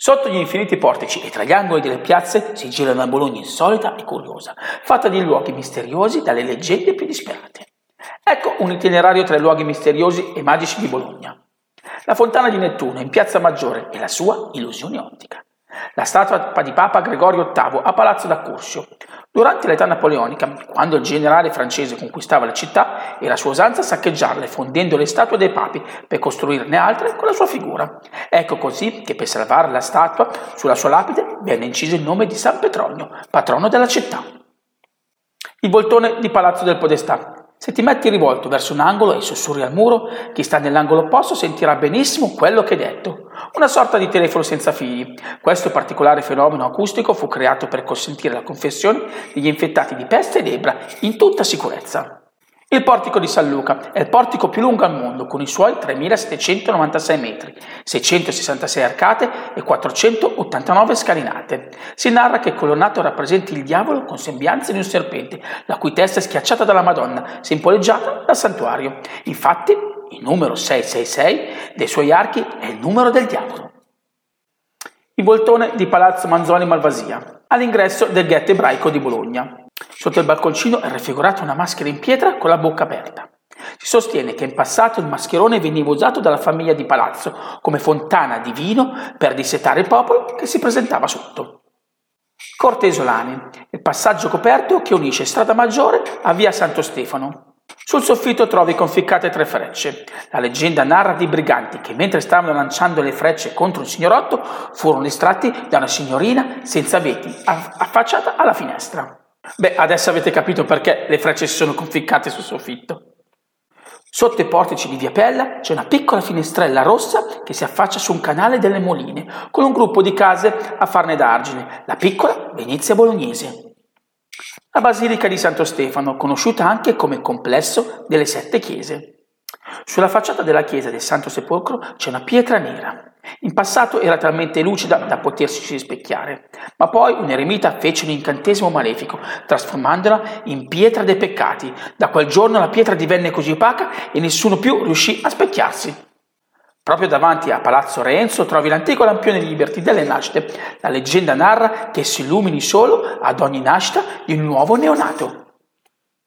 Sotto gli infiniti portici e tra gli angoli delle piazze si gira una Bologna insolita e curiosa, fatta di luoghi misteriosi dalle leggende più disperate. Ecco un itinerario tra i luoghi misteriosi e magici di Bologna. La fontana di Nettuno in Piazza Maggiore e la sua illusione ottica. La statua di Papa Gregorio VIII a Palazzo d'Accursio. Durante l'età napoleonica, quando il generale francese conquistava la città, era sua usanza saccheggiarle fondendo le statue dei papi per costruirne altre con la sua figura. Ecco così che per salvare la statua, sulla sua lapide venne inciso il nome di San Petronio, patrono della città. Il voltone di Palazzo del Podestà. Se ti metti rivolto verso un angolo e sussurri al muro, chi sta nell'angolo opposto sentirà benissimo quello che hai detto. Una sorta di telefono senza fili. Questo particolare fenomeno acustico fu creato per consentire la confessione degli infettati di peste ed ebbra in tutta sicurezza. Il portico di San Luca è il portico più lungo al mondo, con i suoi 3.796 metri, 666 arcate e 489 scalinate. Si narra che il colonnato rappresenti il diavolo con sembianze di un serpente, la cui testa è schiacciata dalla Madonna, simboleggiata dal santuario. Infatti, il numero 666 dei suoi archi è il numero del diavolo. Il voltone di Palazzo Manzoni Malvasia, all'ingresso del ghetto ebraico di Bologna. Sotto il balconcino è raffigurata una maschera in pietra con la bocca aperta. Si sostiene che in passato il mascherone veniva usato dalla famiglia di palazzo come fontana di vino per dissetare il popolo che si presentava sotto. Corte Isolani, il passaggio coperto che unisce Strada Maggiore a via Santo Stefano. Sul soffitto trovi conficcate 3 frecce. La leggenda narra di briganti che mentre stavano lanciando le frecce contro un signorotto furono distratti da una signorina senza veti affacciata alla finestra. Beh, adesso avete capito perché le frecce si sono conficcate sul soffitto. Sotto i portici di Via Pella c'è una piccola finestrella rossa che si affaccia su un canale delle Moline, con un gruppo di case a farne da argine, la piccola Venezia bolognese. La Basilica di Santo Stefano, conosciuta anche come complesso delle 7 chiese. Sulla facciata della chiesa del Santo Sepolcro c'è una pietra nera. In passato era talmente lucida da potersi rispecchiare, ma poi un eremita fece un incantesimo malefico, trasformandola in pietra dei peccati. Da quel giorno la pietra divenne così opaca e nessuno più riuscì a specchiarsi. Proprio davanti a Palazzo Renzo trovi l'antico lampione di Liberty delle nascite. La leggenda narra che si illumini solo ad ogni nascita di un nuovo neonato.